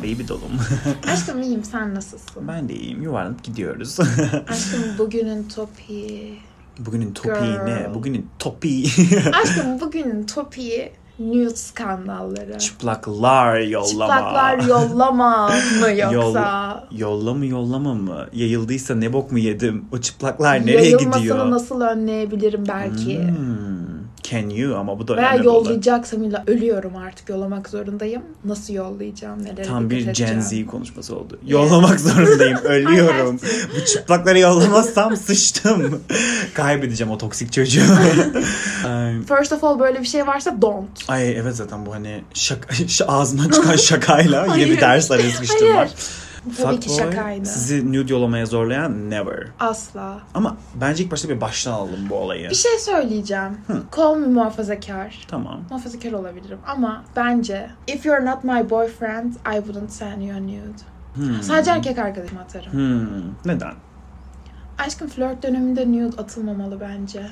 baby dolum. Aşkım iyiyim, sen nasılsın? Ben de iyiyim, yuvarlanıp gidiyoruz. Aşkım bugünün topiği. Bugünün topiği ne? Bugünün topiği. Aşkım bugünün topiği nude skandalları. Çıplaklar yollama. Çıplaklar yollama mı yoksa? Yollama mı? Yayıldıysa ne bok mu yedim? O çıplaklar nereye Yayılmasını gidiyor? nasıl önleyebilirim belki? Can you? Ama bu da Veya önemli. yollayacaksam ölüyorum artık, yollamak zorundayım. Nasıl yollayacağım? Nelere Tam bir dikkat Gen edeceğim? Z konuşması oldu. Yollamak zorundayım. Ölüyorum. Bu çıplakları yollamazsam sıçtım. Kaybedeceğim o toksik çocuğu. First of all, böyle bir şey varsa don't. Ay evet, zaten bu hani ağzımdan çıkan şakayla yine bir ders araya sıkıştırmak. Hayır. Tabii ki şakaydı. Sizi nude yollamaya zorlayan never. Asla. Ama bence ilk başta bir baştan alalım bu olayı. Bir şey söyleyeceğim. Call me muhafazakar. Tamam. Muhafazakar olabilirim ama bence if you're not my boyfriend, I wouldn't send you a nude. Sadece erkek arkadaşıma atarım. Neden? Aşkım flört döneminde nude atılmamalı bence.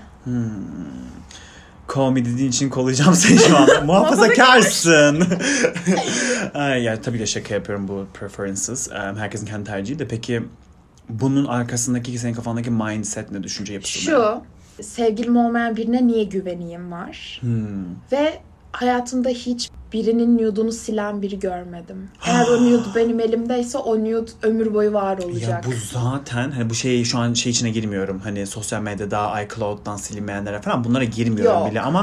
Call me dediğin için kollayacağım seni şu an. Muhafazakarsın. Yani tabii ki şaka yapıyorum, bu preferences. Herkesin kendi tercihi de. Peki bunun arkasındaki, senin kafandaki mindset ne, düşünce yapısı ne? Şu, sevgilim olmayan birine niye güveneyim var. Ve hayatımda hiç birinin nude'unu silen biri görmedim. Eğer o nude benim elimdeyse o nude ömür boyu var olacak. Ya bu zaten hani bu şey, şu an şey içine girmiyorum. Hani sosyal medyada iCloud'dan silinmeyenlere falan, bunlara girmiyorum bile ama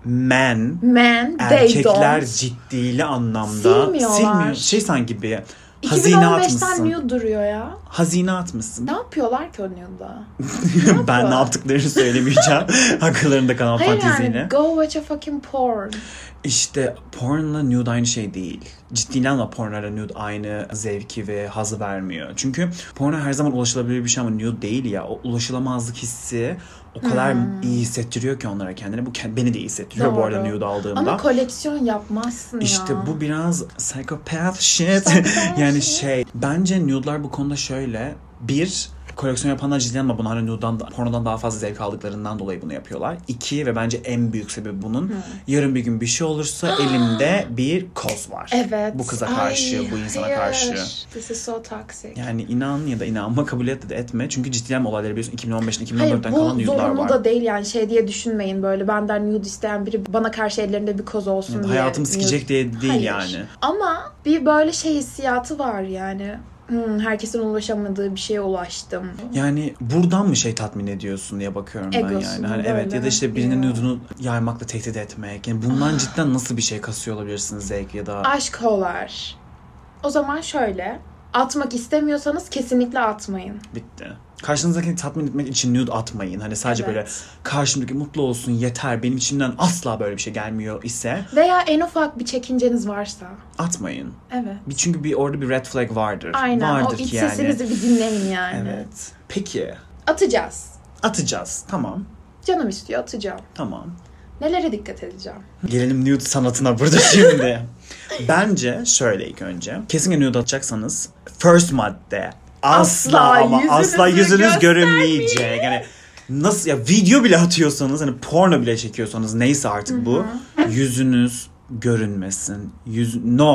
erkekler ciddiğli anlamda silmiyor. Şey sanki bir hazine atmışsın. 2015'ten nude duruyor ya. Hazine atmışsın. Ne yapıyorlar ki o nude'da? Ben ne yaptıklarını söylemeyeceğim. Akıllarında kalan fanteziyle. Hayır yani go watch a fucking porn. İşte pornla nude aynı şey değil. Ciddi anlamda pornla nude aynı zevki ve hazzı vermiyor. Çünkü porno her zaman ulaşılabilir bir şey ama nude değil ya. O ulaşılamazlık hissi o kadar iyi hissettiriyor ki onlara kendini. Bu beni de iyi hissettiriyor. Doğru. Bu arada nude aldığımda. Ama koleksiyon yapmazsın ya. İşte bu biraz psychopath shit. Yani bence nude'lar bu konuda şöyle. Koleksiyon yapanlar ciddi ama bunlar nude'dan, pornodan daha fazla zevk aldıklarından dolayı bunu yapıyorlar. 2 ve bence en büyük sebebi bunun. Yarın bir gün bir şey olursa elimde bir koz var. Evet. Bu kıza karşı, bu insana karşı. This is so toxic. Yani inan ya da inanma, kabul et de etme. Çünkü ciddi olayları biliyorsun 2015'ten 2014'ten kalan nude'lar var. Hayır, bu zorunlu da değil yani, diye düşünmeyin, böyle benden nude isteyen biri bana karşı ellerinde bir koz olsun diye. Hayatım sikecek diye değil yani. Ama bir böyle hissiyatı var yani. Herkesin ulaşamadığı bir şeye ulaştım. Yani buradan mı tatmin ediyorsun diye bakıyorum ben yani. Hani evet, ya da işte birinin nude'unu yaymakla tehdit etmek. Yani bundan cidden nasıl bir şey kasıyor olabilirsiniz, zevk ya da... Aşk olar. O zaman şöyle, atmak istemiyorsanız kesinlikle atmayın. Bitti. Karşınızdakini tatmin etmek için nude atmayın. Hani sadece böyle karşımdaki mutlu olsun yeter, benim içimden asla böyle bir şey gelmiyor ise. Veya en ufak bir çekinceniz varsa. Atmayın. Evet. Çünkü orada bir red flag vardır. Aynen. Vardır o iç yani. sesinizi bir dinleyin yani. Evet. Peki. Atacağız. Tamam. Canım istiyor, atacağım. Tamam. Nelere dikkat edeceğim? Gelelim nude sanatına burada şimdi. Bence şöyle, ilk önce. Kesinlikle nude atacaksanız first madde. Asla yüzünüz görünmeyecek. Yani nasıl ya, video bile atıyorsanız, hani porno bile çekiyorsanız, neyse artık bu, yüzünüz görünmesin. Yüz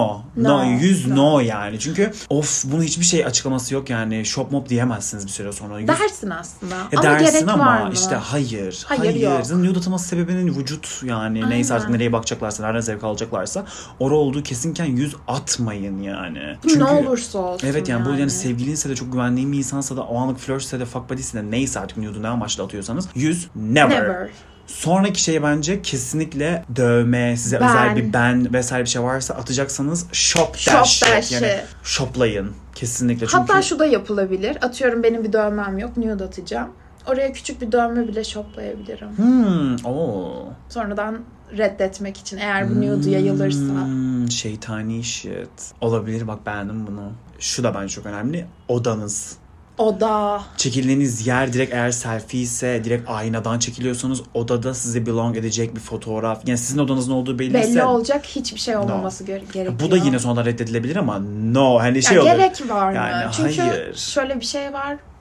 yani. Çünkü bunun hiçbir şey açıklaması yok yani. Shop mop diyemezsiniz bir süre sonra. Dersin aslında. Ama dersin gerek ama var mı? İşte hayır. Yok. Zaten nude atılması sebebinin vücut yani. Aynen. Neyse artık nereye bakacaklarsa, nereden zevk alacaklarsa orada olduğu kesinken yüz atmayın yani. Çünkü, ne olursa olsun. Evet yani bu yani sevgilinse de, çok güvendiğin bir insansa da, o anlık flörtse de, fuck buddy'se de, neyse artık nude'u ne amaçla atıyorsanız, yüz never. Sonraki şey bence kesinlikle dövme, size özel bir vesaire bir şey varsa atacaksanız shop that shit. Yani shoplayın kesinlikle. Çünkü... Hatta şu da yapılabilir. Atıyorum benim bir dövmem yok, nude atacağım. Oraya küçük bir dövme bile shoplayabilirim. Sonradan reddetmek için, eğer bu nude yayılırsa. Şeytani shit. Olabilir, bak beğendim bunu. Şu da bence çok önemli. Odanız. Oda. Çekildiğiniz yer direkt, eğer selfie ise direkt aynadan çekiliyorsanuz, odada size belong edecek bir fotoğraf. Yani sizin odanızın olduğu belli olacak, hiçbir şey olmaması gerekiyor. Bu da yine sonradan reddedilebilir ama hani olur. Gerek var mı? Yani Çünkü hayır. şöyle bir şey var.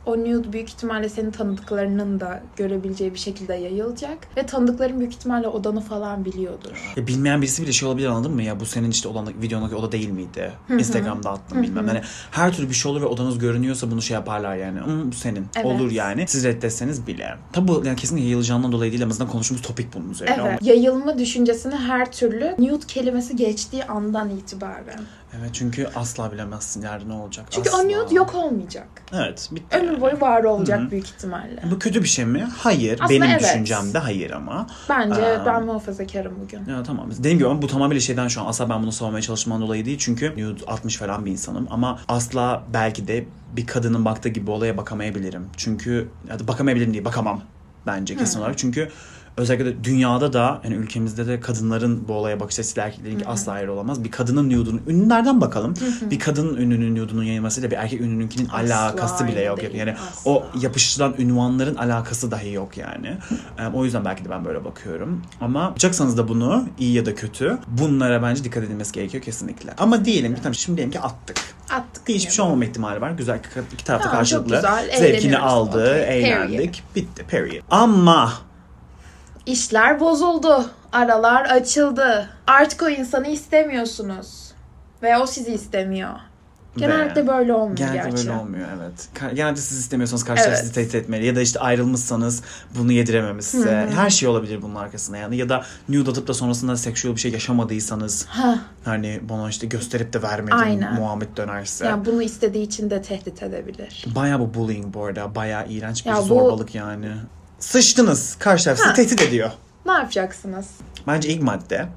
o nude büyük ihtimalle senin tanıdıklarının da görebileceği bir şekilde yayılacak. Ve tanıdıkların büyük ihtimalle odanı falan biliyordur. Ya bilmeyen birisi bile şey olabilir, anladın mı ya? Bu senin işte olan videondaki oda değil miydi? Instagram'da attım bilmem. Yani her türlü bir şey olur ve odanız görünüyorsa bunu şey yaparlar yani. Bu senin. Evet. Olur yani. Siz reddetseniz bile. Tabi bu yani kesinlikle yayılacağından dolayı değil. En azından konuştuğumuz topik bunun üzerine. Evet. Yayılma düşüncesini her türlü nude kelimesi geçtiği andan itibaren. Evet, çünkü asla bilemezsin yarın ne olacak. Çünkü asla. o nude yok olmayacak. Evet, bitti. Ömür boyu var olacak büyük ihtimalle. Bu kötü bir şey mi? Hayır. Aslında Benim evet. düşüncemde hayır ama. Bence ben muhafazakarım bugün. Ya tamam. Dediğim gibi ama bu tamamıyla şeyden şu an asla ben bunu savunmaya çalışmamdan dolayı değil. Çünkü nude 60 falan bir insanım ama asla belki de bir kadının baktığı gibi olaya bakamayabilirim. Çünkü ya bakamayabilirim değil, bakamam bence kesin olarak. Çünkü özellikle de dünyada da yani ülkemizde de kadınların bu olaya bakış açısıyla erkeklerinki asla ayrı olamaz. Bir kadının nude'unun ünlülerden bakalım. Bir kadının ünlünün nude'unun yayılmasıyla bir erkek ünlününkinin alakası bile yok. değil, Yani asla. o yapıştırılan ünvanların alakası dahi yok yani. O yüzden belki de ben böyle bakıyorum. Ama yapacaksanız da bunu iyi ya da kötü bunlara bence dikkat edilmesi gerekiyor kesinlikle. Ama diyelim ki tamam şimdi diyelim ki attık. Hiçbir şey olmama ihtimali var. Güzel, iki tarafta Tamam, çok karşılıklı güzel, zevkini eğleniyoruz. aldı, Okay, eğlendik. Bitti, period. Ama İşler bozuldu. Aralar açıldı. Artık o insanı istemiyorsunuz. Ve o sizi istemiyor. Genellikle böyle olmuyor genellikle gerçi. böyle olmuyor, evet. Genelde siz istemiyorsanız karşı taraf sizi tehdit etmeli. Ya da işte ayrılmışsanız bunu yedirememesi size. Her şey olabilir bunun arkasında yani. Ya da nude atıp da sonrasında seksüel bir şey yaşamadıysanız. Hani bana işte gösterip de vermedim muhabbet dönerse. Yani bunu istediği için de tehdit edebilir. Bayağı bu bullying bu arada. Bayağı iğrenç bir Ya zorbalık yani. Sıçtınız. Karşı taraf sizi tehdit ediyor. Ne yapacaksınız? Bence ilk madde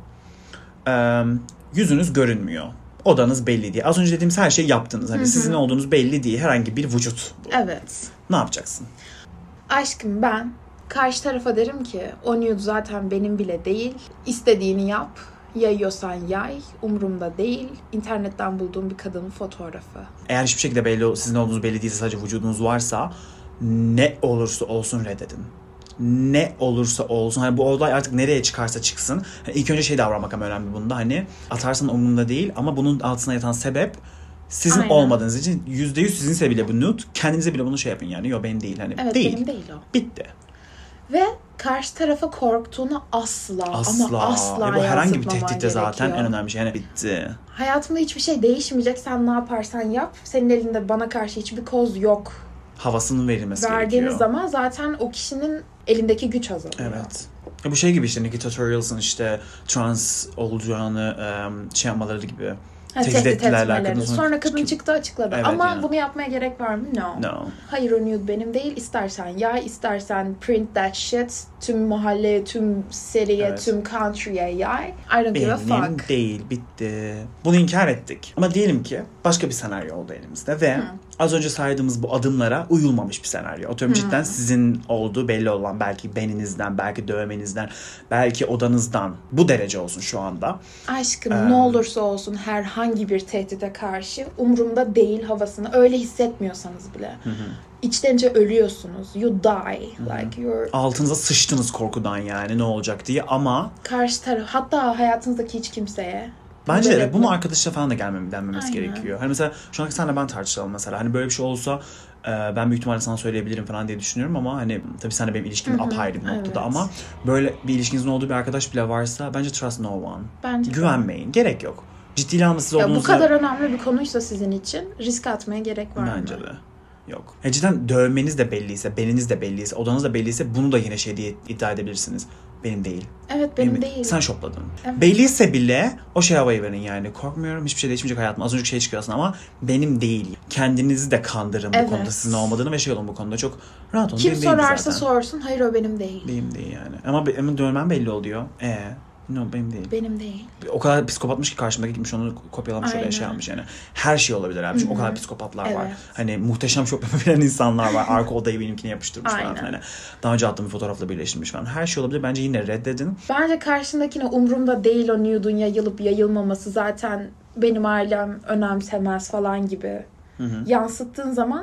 yüzünüz görünmüyor. Odanız belli değil. Az önce dediğimiz her şeyi yaptınız. Hani sizin olduğunuz belli değil. Herhangi bir vücut bu. Evet. Ne yapacaksın? Aşkım ben karşı tarafa derim ki o nude zaten benim bile değil. İstediğini yap. Yayıyorsan yay. Umurumda değil. İnternetten bulduğum bir kadının fotoğrafı. Eğer hiçbir şekilde belli, sizin olduğunuz belli değilse, sadece vücudunuz varsa ne olursa olsun reddedin. Ne olursa olsun. Hani bu olay artık nereye çıkarsa çıksın. Hani ilk önce şey davranmak ama önemli bunda. Hani atarsan umurumda değil ama bunun altına yatan sebep sizin olmadığınız için %100 sizinse bile bu nude. Kendinize bile bunu şey yapın yani. Yok benim değil. Hani Evet, değil. benim değil o. Bitti. Ve karşı tarafa korktuğunu asla ama asla bu herhangi bir yansıtmaman tehditte zaten gerekiyor. en önemli şey. Yani bitti. Hayatımda hiçbir şey değişmeyecek. Sen ne yaparsan yap. Senin elinde bana karşı hiçbir koz yok. Havasının verilmesi Verdiğiniz gerekiyor. zaman zaten o kişinin elindeki güç azalıyor. Evet. Bu şey gibi işte Nikita Tutorials'ın işte trans olacağını şey yapmaları gibi. Tehdit etmeleri. alakalı. Sonra kadın çıktı açıkladı. Evet, ama yani. bunu yapmaya gerek var mı? No. Hayır, o nude benim değil. İstersen yay, istersen print that shit. Tüm mahalleye, tüm seriye, tüm country'ye yay. I don't give a fuck. Benim değil. Bitti. Bunu inkar ettik. Ama diyelim ki başka bir senaryo oldu elimizde ve az önce saydığımız bu adımlara uyulmamış bir senaryo. Atıyorum cidden sizin olduğu belli olan, belki beninizden, belki dövmenizden, belki odanızdan bu derece olsun şu anda. Aşkım ne olursa olsun herhangi bir tehdide karşı umurumda değil havasını öyle hissetmiyorsanız bile. İçtenince ölüyorsunuz. You die. Like you're... Altınıza sıçtınız korkudan yani ne olacak diye ama Karşı taraf, hatta hayatınızdaki hiç kimseye. bence böyle de bunu arkadaşla falan da denmemesi Aynen. gerekiyor. Hani mesela şu anki senle ben tartışalım mesela. Hani böyle bir şey olsa ben büyük ihtimalle sana söyleyebilirim falan diye düşünüyorum ama hani tabii senle benim ilişkim apayrı bir noktada evet. ama böyle bir ilişkinizin olduğu bir arkadaş bile varsa bence trust no one. Bence Güvenmeyin. Gerek yok. Ciddiyle anlasız ya olduğunuzu... bu kadar önemli bir konuysa sizin için risk atmaya gerek var mı? Bence de. Yok. Cidden dövmeniz de belliyse, beniniz de belliyse, odanız da belliyse bunu da yine şey diye iddia edebilirsiniz. Benim değil. Evet, benim değil. Sen şopladın. Evet. Belliyse bile o şey havayı verin yani. Korkmuyorum, hiçbir şey değişmeyecek hayatım. Az önceki şey çıkıyorsun ama benim değil. Kendinizi de kandırın bu konuda sizin olmadığını ve şey olun bu konuda. Çok rahat olun. Kim benim değil sorarsa zaten. sorsun. Hayır, o benim değil. Benim değil yani. Ama dövmem belli oluyor. No, benim değil. Benim değil. O kadar psikopatmış ki karşımdaki gitmiş onu kopyalamış öyle şey yapmış yani. Her şey olabilir abi. Çünkü o kadar psikopatlar var. Evet. Hani muhteşem şop yapabilen insanlar var. Arka odayı benimkine yapıştırmış falan. Aynen. Hani daha önce attığım bir fotoğrafla birleştirmiş falan. Her şey olabilir. Bence yine reddedin. Bence karşındakine umurumda değil o nude'un yayılıp yayılmaması, zaten benim ailem önemsemez falan gibi yansıttığın zaman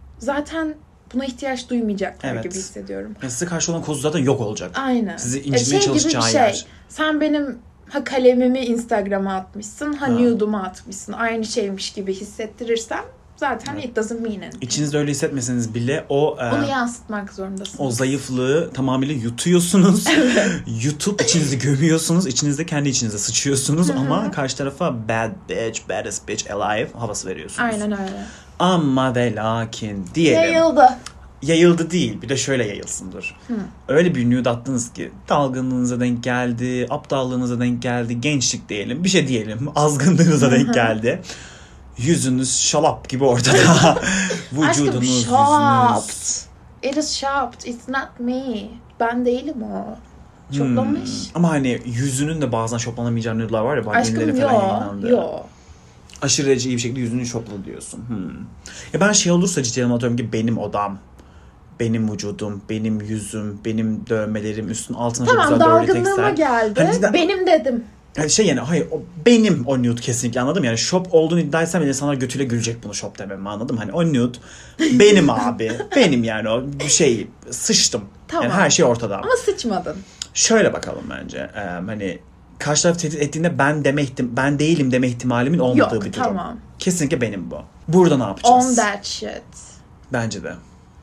zaten buna ihtiyaç duymayacaklar gibi hissediyorum. Yani size karşı olan kozu zaten yok olacak. Aynen. Sizi incitmeye çalışacağı yer. Sen benim kalemimi Instagram'a atmışsın, nude'umu atmışsın. Aynı şeymiş gibi hissettirirsen zaten it doesn't mean anything. İçinizde öyle hissetmeseniz bile onu yansıtmak zorundasınız. O zayıflığı tamamıyla yutuyorsunuz. Yutup içinizi gömüyorsunuz. İçinizde kendi içinize sıçıyorsunuz. Ama karşı tarafa bad bitch, baddest bitch alive havası veriyorsunuz. Aynen öyle. Ama ve lakin diyelim. Yayıldı değil. Bir de şöyle yayılsındır. Öyle bir nude attınız ki dalgınlığınıza denk geldi, aptallığınıza denk geldi, gençlik diyelim, bir şey diyelim, azgınlığınıza denk geldi. Yüzünüz şalap gibi ortada. Vücudunuz, yüzünüz. It is shopped. It's not me. Ben değilim o. Şoplamış. Ama hani yüzünün de bazen şoplanamayacağı nude'lar var ya. Aşkım yok. Aşırı derece iyi bir şekilde yüzünü şopla diyorsun. Ya ben şey olursa ciddi atıyorum ki benim odam, benim vücudum, benim yüzüm, benim dövmelerim, üstün altına çok güzel dövme tekstil. Tamam, dalgınlığıma geldi. Hani benim dedim. Yani hayır benim o nude kesinlikle, anladım. Yani shop olduğunu iddia etsem bile insanlar götüyle gülecek bunu shop dememi, anladım. Hani o nude benim abi. Benim yani o şey sıçtım. Tamam. Yani her şey ortada. Ama sıçmadın. Şöyle bakalım bence. Hani karşı taraf tehdit ettiğinde ben değilim deme ihtimalimin olmadığı bir durum. Tamam. Kesinlikle benim bu. Burada ne yapacağız? On that shit. Bence de.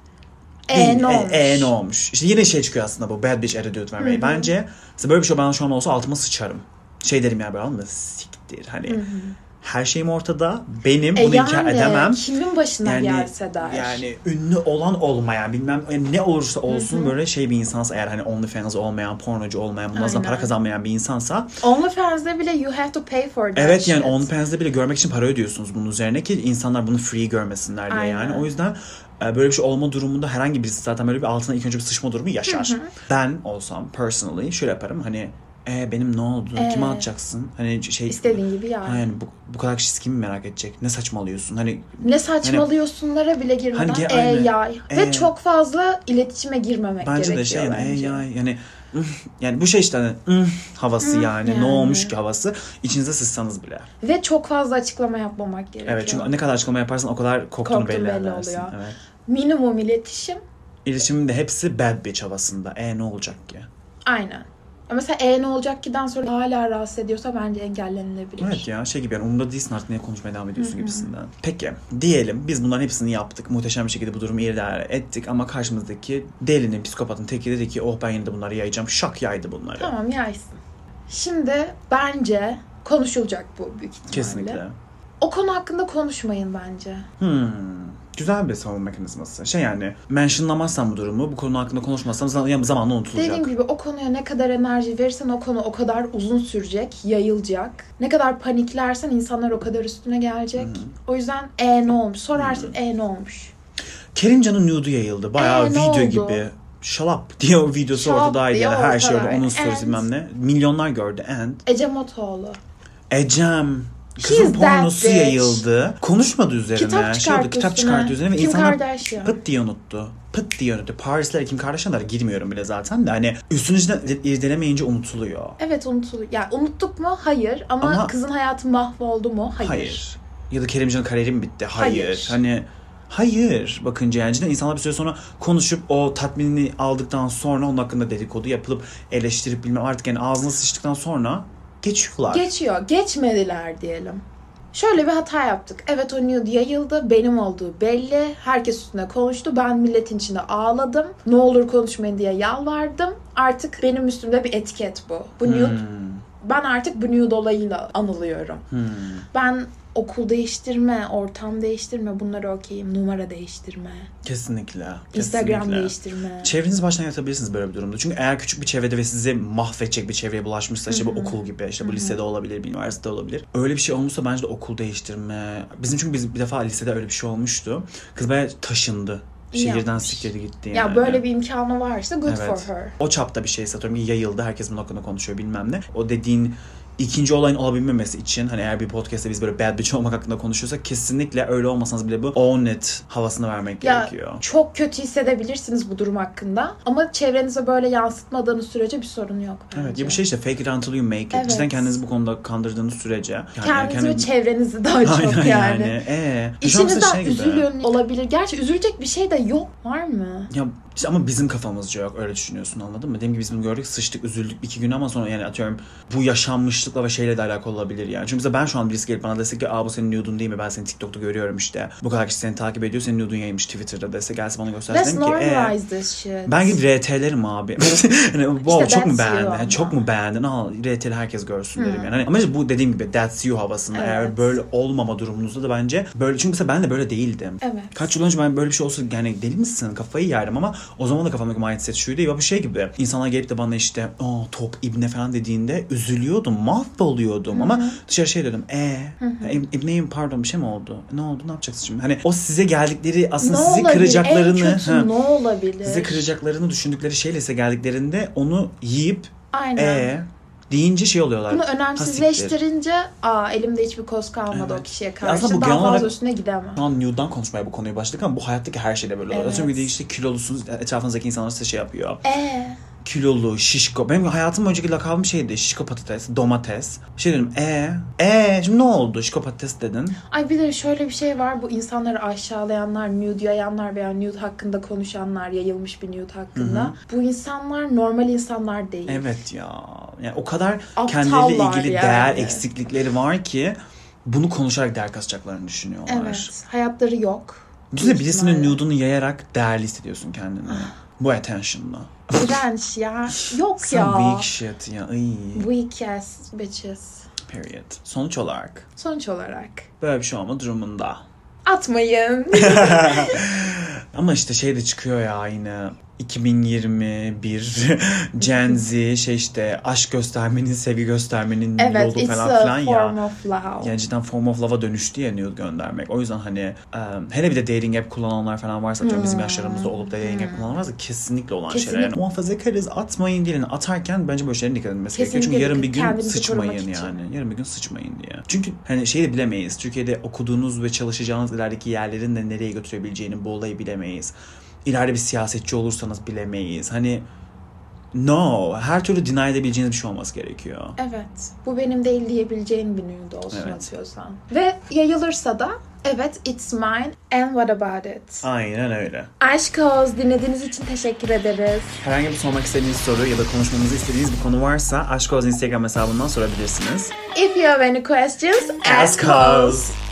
Ne olmuş? Ne olmuş? İşte yine şey çıkıyor aslında bu bad bitch attitude vermeyi. Bence mesela böyle bir şey bana şu an olsa altıma sıçarım. Şey derim yani böyle, anladın mı? Siktir. Hani her şeyim ortada. Benim bunu inkar edemem. Kimin başına gelse der. Yani ünlü olan olmayan bilmem ne olursa olsun böyle şey bir insansa, eğer hani OnlyFans olmayan, pornocu olmayan, bundan para kazanmayan bir insansa. OnlyFans'de bile you have to pay for that evet, shit. yani OnlyFans'de bile görmek için para ödüyorsunuz bunun üzerine ki insanlar bunu free görmesinler diye. Yani. O yüzden böyle bir şey olma durumunda herhangi birisi zaten böyle bir altına ilk önce bir sıçma durumu yaşar. Ben olsam personally şöyle yaparım, hani benim ne oldu? Kime atacaksın? Hani şey İstediğin gibi yani. Yani bu kadar kişi kimi merak edecek? Ne saçmalıyorsun? Hani ne saçmalıyorsunlara bile girmeden hani, ve çok fazla iletişime girmemek bence gerekiyor de şey yani bu şey işte hani havası yani ne olmuş ki havası içinize sızsanız bile. Ve çok fazla açıklama yapmamak gerekiyor. Evet, çünkü ne kadar açıklama yaparsan o kadar koktuğunu belli edersin. Oluyor. Evet. Minimum iletişim. İletişimin de hepsi bad bitch havasında. Ne olacak ki? Aynen. Mesela ne olacak ki'den sonra hala rahatsız ediyorsa bence engellenilebilir. Evet ya şey gibi yani umurumda değilsin artık, niye konuşmaya devam ediyorsun gibisinden. Peki diyelim biz bunların hepsini yaptık. Muhteşem bir şekilde bu durumu idare ettik ama karşımızdaki delinin, psikopatın teki dedi ki ben yine de bunları yayacağım. Şak yaydı bunları. Tamam, yaysın. Şimdi bence konuşulacak bu büyük ihtimalle. Kesinlikle. O konu hakkında konuşmayın bence. Güzel bir savunma mekanizması. Şey yani mentionlamazsan bu durumu, bu konu hakkında konuşmazsan zamanla unutulacak. Dediğim gibi o konuya ne kadar enerji verirsen o konu o kadar uzun sürecek, yayılacak. Ne kadar paniklersen insanlar o kadar üstüne gelecek. O yüzden ne olmuş? Sorarsın ne olmuş? Kerimcan'ın nude'u yayıldı. Bayağı video gibi. Şalap diye o videosu ortadaydı. Yani her şey orada. Onun storiesi bilmem ne. Milyonlar gördü. Ece Motoğlu. Ecem. Kızın pornosu yayıldı. Konuşmadı üzerine. Kitap çıkarttı üzerine ve Kim insanlar Kardashian. pıt diye unuttu. Paris'ler Kim Kardashian'lara girmiyorum bile zaten de hani üstünüzden irdelemeyince unutuluyor. Evet, unutuluyor. Yani unuttuk mu? Hayır. Ama kızın hayatı mahvoldu mu? Hayır. Ya da Kerimcan'ın kariyeri mi bitti? Hayır. Hani hayır. Bakınca yani cidden insanlar bir süre sonra konuşup o tatminini aldıktan sonra onun hakkında dedikodu yapılıp eleştirip bilmem artık yani ağzına sıçtıktan sonra geçiyorlar. Geçmediler diyelim. Şöyle bir hata yaptık. Evet, o nude yayıldı. Benim olduğu belli. Herkes üstüne konuştu. Ben milletin içinde ağladım. Ne olur konuşmayın diye yalvardım. Artık benim üstümde bir etiket bu. Bu nude. Ben artık bu nude olayıyla anılıyorum. Ben okul değiştirme, ortam değiştirme, bunları okeyim. Numara değiştirme. Kesinlikle. Instagram değiştirme. Çevrenizi baştan yaratabilirsiniz böyle bir durumda. Çünkü eğer küçük bir çevrede ve sizi mahvedecek bir çevreye bulaşmışsa işte bu okul gibi, işte bu lisede olabilir, bir üniversitede olabilir. Öyle bir şey olmuşsa bence de okul değiştirme. Çünkü biz bir defa lisede öyle bir şey olmuştu. Kız bayağı taşındı. Şehirden siktirdi gitti yani. Ya böyle bir imkanı varsa good for her. O çapta bir şey satıyorum. Yayıldı. Herkes bunun hakkında konuşuyor bilmem ne. O dediğin ikinci olayın olabilmemesi için hani eğer bir podcast'te biz böyle bad bitch olmak hakkında konuşuyorsak kesinlikle öyle olmasanız bile bu own it havasını vermek gerekiyor. Çok kötü hissedebilirsiniz bu durum hakkında ama çevrenize böyle yansıtmadığınız sürece bir sorun yok bence. Evet ya bu şey işte fake it until you make it. Evet. Cidden kendinizi bu konuda kandırdığınız sürece. Kendinizi ve çevrenizi daha çok yani. İşinizden üzülün olabilir. Gerçi üzülecek bir şey de yok. Var mı? Ya işte ama bizim kafamızca yok. Öyle düşünüyorsun, anladın mı? Dediğim gibi biz bunu gördük, sıçtık, üzüldük 2 gün ama sonra yani atıyorum bu yaşanmış yaşlılıkla ve şeyle de alakalı olabilir yani. Çünkü mesela ben şu an birisi gelip bana dese ki bu senin nude'un değil mi? Ben seni TikTok'ta görüyorum işte. Bu kadar kişi seni takip ediyor. Senin nude'un yaymış Twitter'da dese gelse bana göstersin ki this shit. ben gidip RT'lerim abi. Hani, wow, İşte çok mu that's you beğendin? ama. Çok mu beğendin? RT'li herkes görsün derim yani. Hani, ama işte bu dediğim gibi that's you havasında. Evet. Eğer böyle olmama durumunuzda da bence böyle. Çünkü mesela ben de böyle değildim. Evet. Kaç yıl önce ben böyle bir şey olsa yani deli misin? Kafayı yerdim ama o zaman da kafamdaki mindset şuydu. Ya bir şey gibi. İnsanlar gelip de bana işte tok ibne falan dediğinde üzülüyordum. Mahvoluyordum. Ama dışarı şey dedim. İbneyim pardon bir şey mi oldu? Ne oldu? Ne yapacaksın şimdi? Hani o size geldikleri aslında sizi kıracaklarını. En kötü ne olabilir? Size kıracaklarını düşündükleri şeyle size geldiklerinde onu yiyip aynen. deyince şey oluyorlar. Bunu önemsizleştirince elimde hiçbir koz kalmadı o kişiye karşı. Bu daha fazla üstüne gidemem. Şu an nude'dan konuşmaya bu konuyu başladık ama bu hayattaki her şeyde böyle oluyor. Çünkü işte kilolusunuz, etrafınızdaki insanlar size şey yapıyor. Kilolu, şişko. Benim hayatım önceki lakabım şeydi. Şişko patates, domates. Şey dedim şimdi ne oldu? Şişko patates dedin. Ay bir de şöyle bir şey var. Bu insanları aşağılayanlar, nude yayanlar veya nude hakkında konuşanlar, yayılmış bir nude hakkında. Hı-hı. Bu insanlar normal insanlar değil. Evet ya. Yani o kadar aptallar kendileriyle ilgili yani. Değer eksiklikleri var ki bunu konuşarak değer kasacaklarını düşünüyorlar. Evet. Hayatları yok. Birisinin nude'unu yayarak değerli hissediyorsun kendini. Bu attention'la. İğrenç ya. Yok Some ya. weak shit ya. Weak ass bitches. Period. Sonuç olarak. Böyle bir şey olma durumunda. Atmayın. Ama işte şey de çıkıyor ya yine. 2021 Gen Z işte aşk göstermenin, sevgi göstermenin yolu falan filan ya. Evet, it's a form of love. Yani cidden form of love'a dönüştü ya nude göndermek. O yüzden hani hele bir de dating app kullananlar falan varsa bizim yaşlarımızda olup da dating app kullananlar varsa kesinlikle olan şeyler. Yani muhafazakarız atmayın diye atarken bence böyle şeylerin dikkat edilmesi gerekiyor. Çünkü yarın bir gün sıçmayın yani. Yarın bir gün sıçmayın diye. Çünkü hani şeyi de bilemeyiz. Türkiye'de okuduğunuz ve çalışacağınız ilerideki yerlerin de nereye götürebileceğini bu olayı bilemeyiz. İleride bir siyasetçi olursanız bilemeyiz. Hani her türlü deny edebileceğiniz bir şey olması gerekiyor. Evet. Bu benim değil diyebileceğin bir nude olsun atıyorsan. Ve yayılırsa da evet it's mine and what about it? Aynen öyle. Aşkoz dinlediğiniz için teşekkür ederiz. Herhangi bir sormak istediğiniz soru ya da konuşmamızı istediğiniz bir konu varsa Aşkoz Instagram hesabından sorabilirsiniz. If you have any questions, ask us.